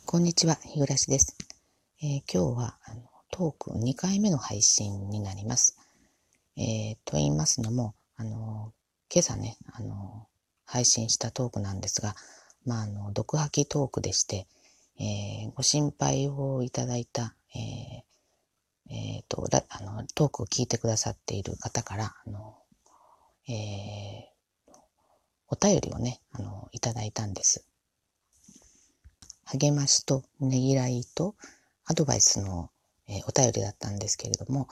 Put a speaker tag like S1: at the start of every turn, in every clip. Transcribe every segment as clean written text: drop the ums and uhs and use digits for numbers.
S1: こんにちは、日暮です。今日はトーク2回目の配信になります。と言いますのも、今朝ね、配信したトークなんですが、毒吐きトークでして、ご心配をいただいた、トークを聞いてくださっている方から、お便りをね、いただいたんです。励ましとねぎらいとアドバイスの、お便りだったんですけれども、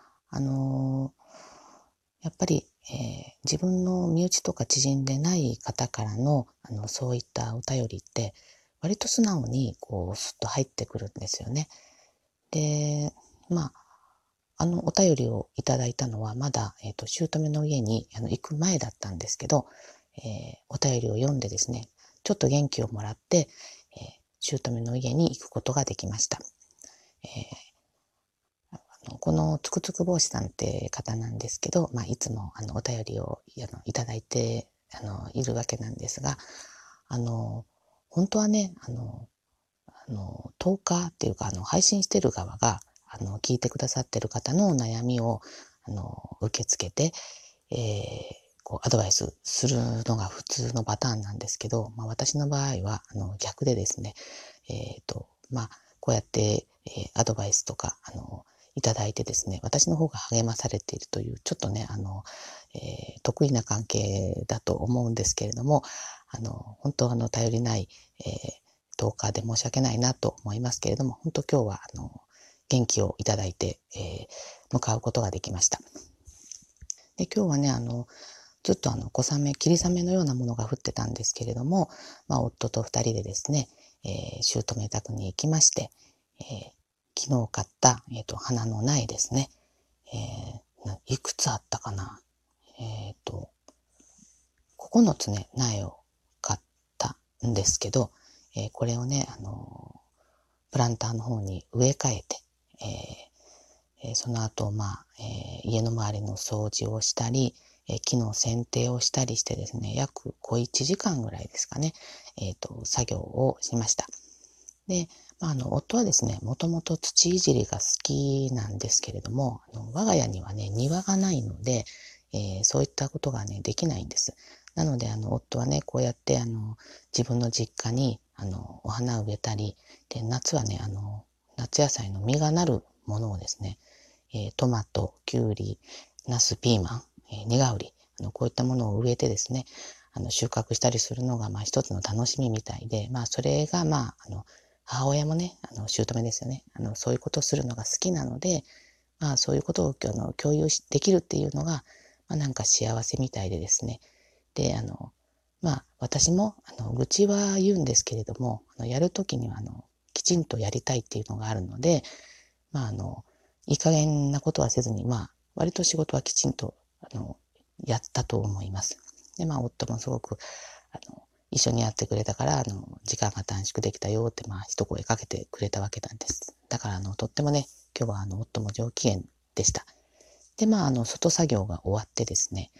S1: やっぱり、自分の身内とか知人でない方からの、そういったお便りって、割と素直に、スッと入ってくるんですよね。で、お便りをいただいたのは、まだ、姑の家に行く前だったんですけど、お便りを読んでですね、ちょっと元気をもらって、姑の家に行くことができました。このつくつく帽子さんって方なんですけど、いつもお便りをいただいているわけなんですが、本当はね、トーカーっていうか、配信してる側が、聞いてくださってる方の悩みを、受け付けて、アドバイスするのが普通のパターンなんですけど、私の場合は、逆でですね、こうやって、アドバイスとか、いただいてですね、私の方が励まされているという、ちょっとね、得意な関係だと思うんですけれども、本当頼りない、トーカーで申し訳ないなと思いますけれども、本当今日は、元気をいただいて、向かうことができました。で、今日はね、ずっと小雨、霧雨のようなものが降ってたんですけれども、夫と二人でですね、姑宅に行きまして、昨日買った、花の苗ですね。いくつあったかな9つね、苗を買ったんですけど、これをね、プランターの方に植え替えて、その後、家の周りの掃除をしたり、木の剪定をしたりしてですね、約小1時間ぐらいですかね、作業をしました。で、夫はですね、もともと土いじりが好きなんですけれども、我が家にはね、庭がないので、そういったことがね、できないんです。なので、夫はね、こうやって、自分の実家に、お花を植えたり、で、夏はね、夏野菜の実がなるものをですね、トマト、キュウリ、ナス、ピーマン、ニガウリ、こういったものを植えてですね、収穫したりするのが、一つの楽しみみたいで、それが、母親もね、姑ですよね。そういうことをするのが好きなので、そういうことを共有できるっていうのが、なんか幸せみたいでですね。で、私も、愚痴は言うんですけれども、やるときには、きちんとやりたいっていうのがあるので、いい加減なことはせずに、割と仕事はきちんと、やったと思います。で、夫もすごく、一緒にやってくれたから、時間が短縮できたよって、一声かけてくれたわけなんです。だから、とってもね、今日は、夫も上機嫌でした。で、外作業が終わってですね、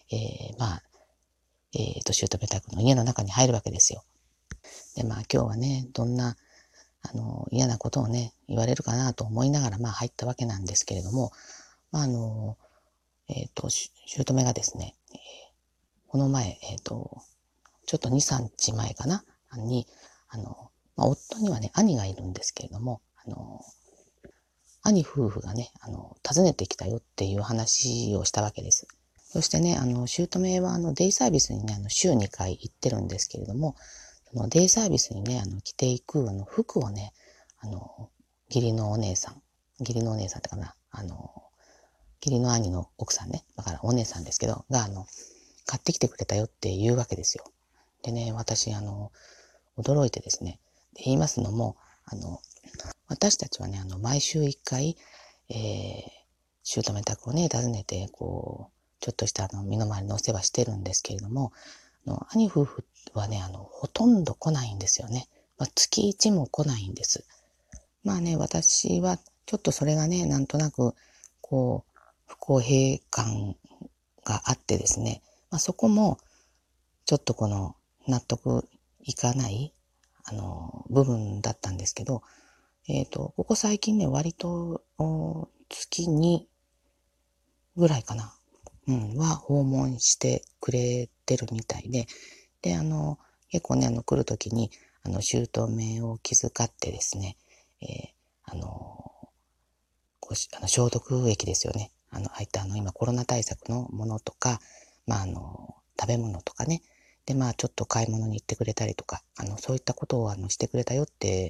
S1: 姑宅の家の中に入るわけですよ。で、今日はね、どんな、嫌なことをね、言われるかなと思いながら、入ったわけなんですけれども、姑がですね、この前、ちょっと2、3日前かな、に、夫にはね、兄がいるんですけれども、兄夫婦がね、訪ねてきたよっていう話をしたわけです。そしてね、姑はデイサービスにね、週2回行ってるんですけれども、そのデイサービスにね、着ていく服をね、義理のお姉さん、義理のお姉さんってかな、義理の兄の奥さんね、だからお姉さんですけど、が、買ってきてくれたよって言うわけですよ。でね、私、驚いてですね、で言いますのも、私たちはね、毎週1回、姑宅をね、訪ねて、ちょっとした身の回りのお世話してるんですけれども、兄夫婦はね、ほとんど来ないんですよね。月1も来ないんです。私は、ちょっとそれがね、なんとなく、不公平感があってですね、そこも、ちょっと納得いかない。 部分だったんですけど、ここ最近ね、割と、月にぐらいかな、は訪問してくれてるみたいで、で、結構ね、来るときに、姑を気遣ってですね、えーあの、消毒液ですよね。ああいった今コロナ対策のものとか、食べ物とかね。で、ちょっと買い物に行ってくれたりとか、そういったことを、してくれたよって、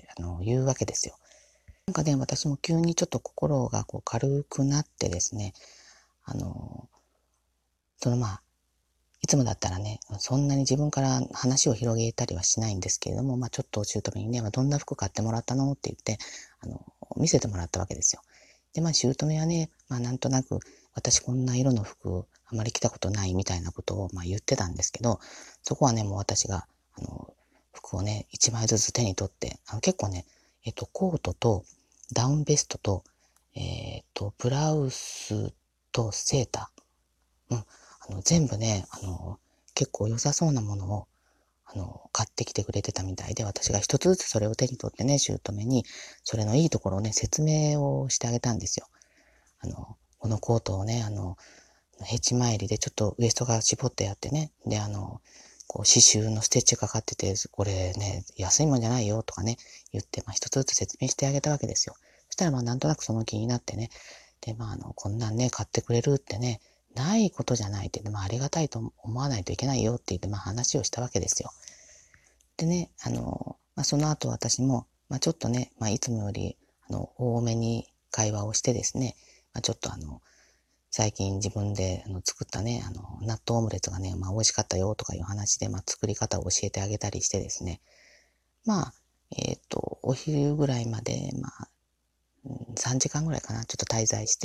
S1: 言うわけですよ。なんかね、私も急にちょっと心がこう軽くなってですね、あの、そのいつもだったらね、そんなに自分から話を広げたりはしないんですけれども、ちょっと姑にね、どんな服買ってもらったのって言って、見せてもらったわけですよ。で、姑はね、なんとなく、私こんな色の服、あまり着たことないみたいなことを、言ってたんですけど、そこはね、もう私が、服をね、一枚ずつ手に取って、結構ね、コートと、ダウンベストと、ブラウスとセーター、全部ね、結構良さそうなものを、買ってきてくれてたみたいで、私が一つずつそれを手に取ってね、姑に、それのいいところをね、説明をしてあげたんですよ。このコートをね、ヘチマ襟でちょっとウエストが絞ってやってね、で、こう、刺繍のステッチかかってて、これね、安いもんじゃないよとかね、言って、一つずつ説明してあげたわけですよ。そしたら、なんとなくその気になってね、で、こんなんね、買ってくれるってね、ないことじゃないって言って、ありがたいと思わないといけないよって言って、話をしたわけですよ。でね、その後私も、ちょっとね、いつもより、多めに会話をしてですね、ちょっと最近自分で作ったね、納豆オムレツがね、美味しかったよとかいう話で、作り方を教えてあげたりしてですね、まあ、お昼ぐらいまで、3時間ぐらいかな、ちょっと滞在して、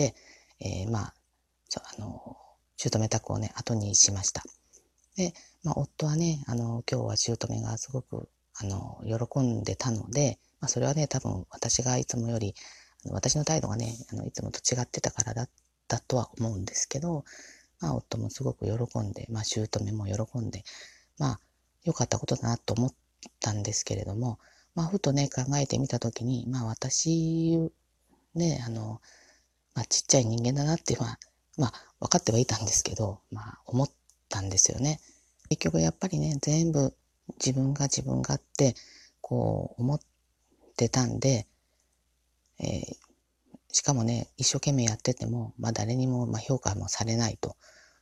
S1: 姑宅をね、後にしました。で、夫はね、今日は姑がすごく、喜んでたので、それはね、多分私がいつもより、私の態度がね、いつもと違ってたからだったとは思うんですけど、夫もすごく喜んで、姑も喜んで、良かったことだなと思ったんですけれども、ふとね、考えてみたときに、私、ね、ちっちゃい人間だなっていうのは、分かってはいたんですけど、思ったんですよね。結局やっぱりね、全部自分がって、こう思ってたんで、えーしかもね、一生懸命やってても、誰にも評価もされないと、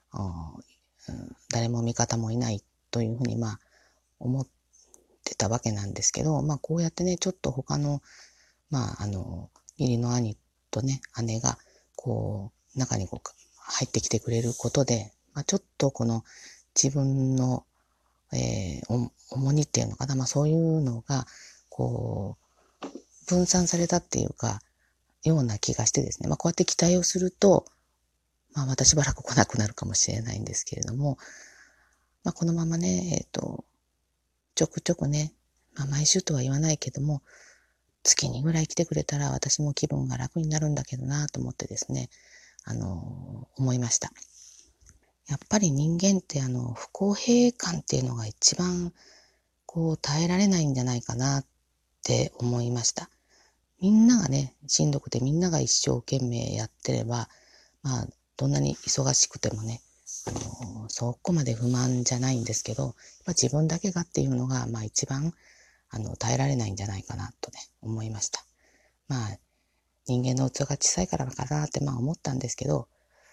S1: 誰も味方もいないというふうに思ってたわけなんですけど、こうやってね、ちょっと他の、義理の兄とね、姉が、こう、中にこう入ってきてくれることで、ちょっとこの自分の重荷っていうのかな、そういうのが、こう、分散されたっていうか、ような気がしてですね、こうやって期待をすると、またしばらく来なくなるかもしれないんですけれども、このままね、ちょくちょくね、毎週とは言わないけども、月にぐらい来てくれたら私も気分が楽になるんだけどなと思ってですね、思いました。やっぱり人間って不公平感っていうのが一番こう耐えられないんじゃないかなって思いました。みんながね、しんどくてみんなが一生懸命やってれば、どんなに忙しくてもね、そこまで不満じゃないんですけど、自分だけがっていうのが、一番、耐えられないんじゃないかなとね、思いました。人間の器が小さいからかなって思ったんですけど、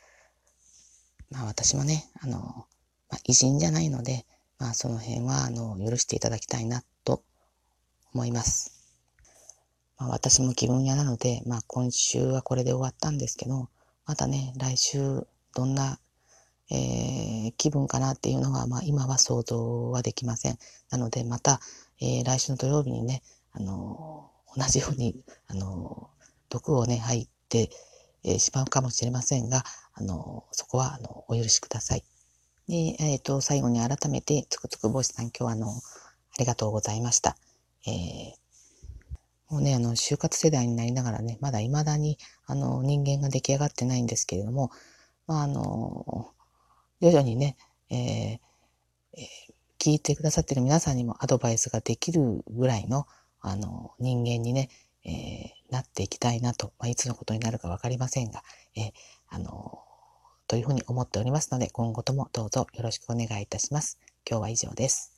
S1: 私もね、偉人じゃないので、その辺は、許していただきたいなと思います。私も気分屋なので、今週はこれで終わったんですけど、またね、来週どんな、気分かなっていうのは、今は想像はできません。なので、また、来週の土曜日にね、同じように、毒をね、入って、しまうかもしれませんが、そこは、お許しください。で、最後に改めて、つくつく帽子さん、今日はありがとうございました。もうね、就活世代になりながらね、まだ未だに、人間が出来上がってないんですけれども、徐々にね、えー聞いてくださっている皆さんにもアドバイスができるぐらいの、人間にね、なっていきたいなと、いつのことになるかわかりませんが、あの、というふうに思っておりますので、今後ともどうぞよろしくお願いいたします。今日は以上です。